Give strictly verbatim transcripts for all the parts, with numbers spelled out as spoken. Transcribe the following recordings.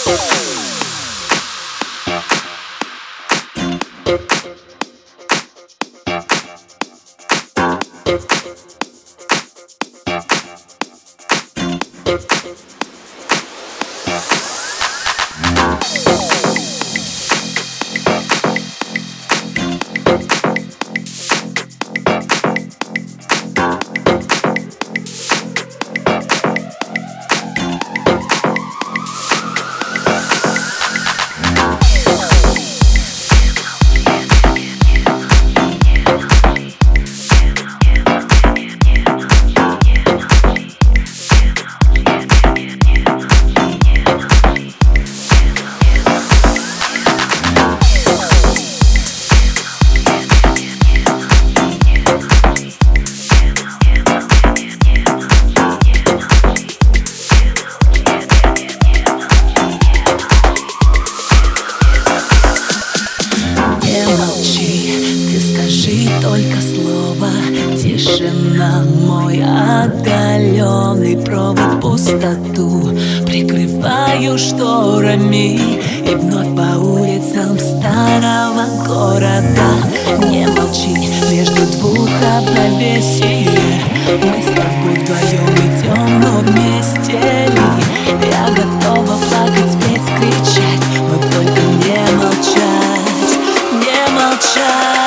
Только слово, тишина, мой оголенный провод, пустоту прикрываю шторами и вновь по улицам старого города. Не молчи, между двух равновесие, мы с тобой вдвоем идем, но вместе ли? Я готова плакать, петь, кричать, но только не молчать, не молчать.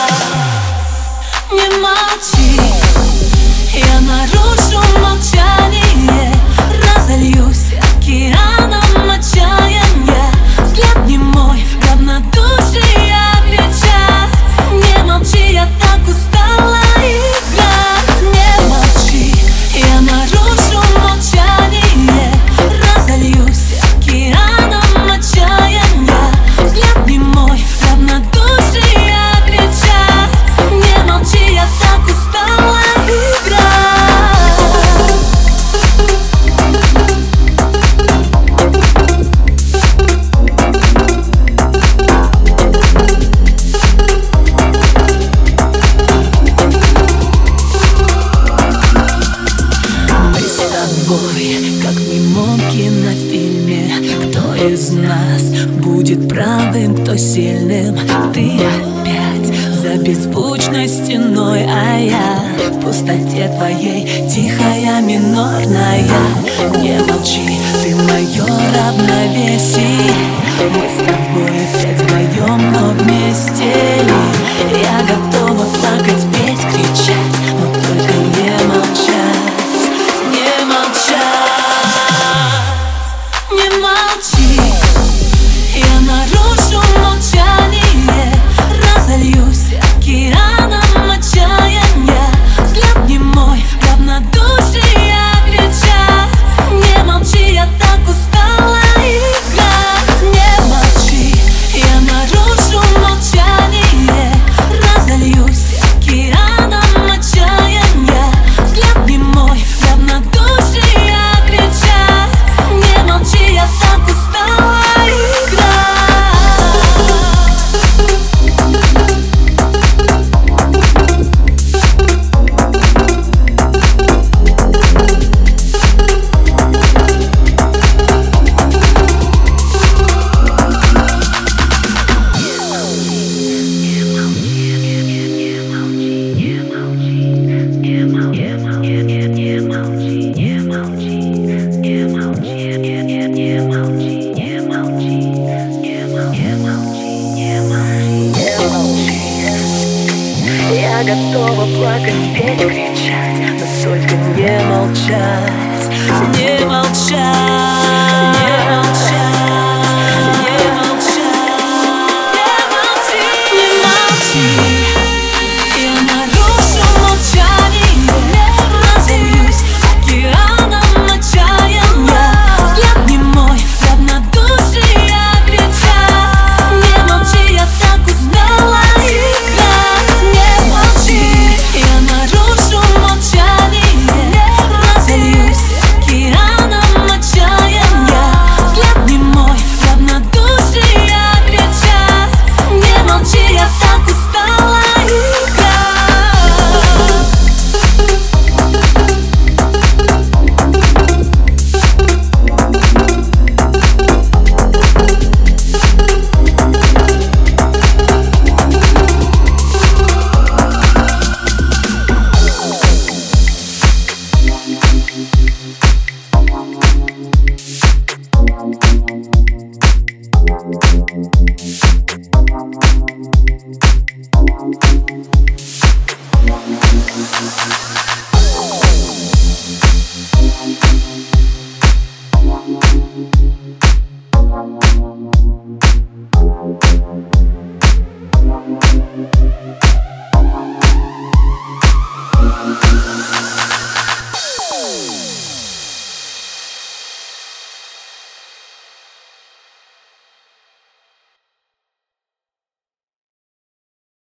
Не молчи, я нарушу молчание, разольюсь океаном отчаяния. Взгляд не мой, равнодушие кричать. Не молчи, я так устала играть. Не молчи, я нарушу молчание, разольюсь океаном отчаяния. Взгляд не мой, равнодушие кричать. Не молчи, я так устала играть. Мы с тобой, как в немом кинофильме. Кто из нас будет правым, кто сильным? Ты опять за беззвучной стеной, а я в пустоте твоей, тихая, минорная. Не молчи,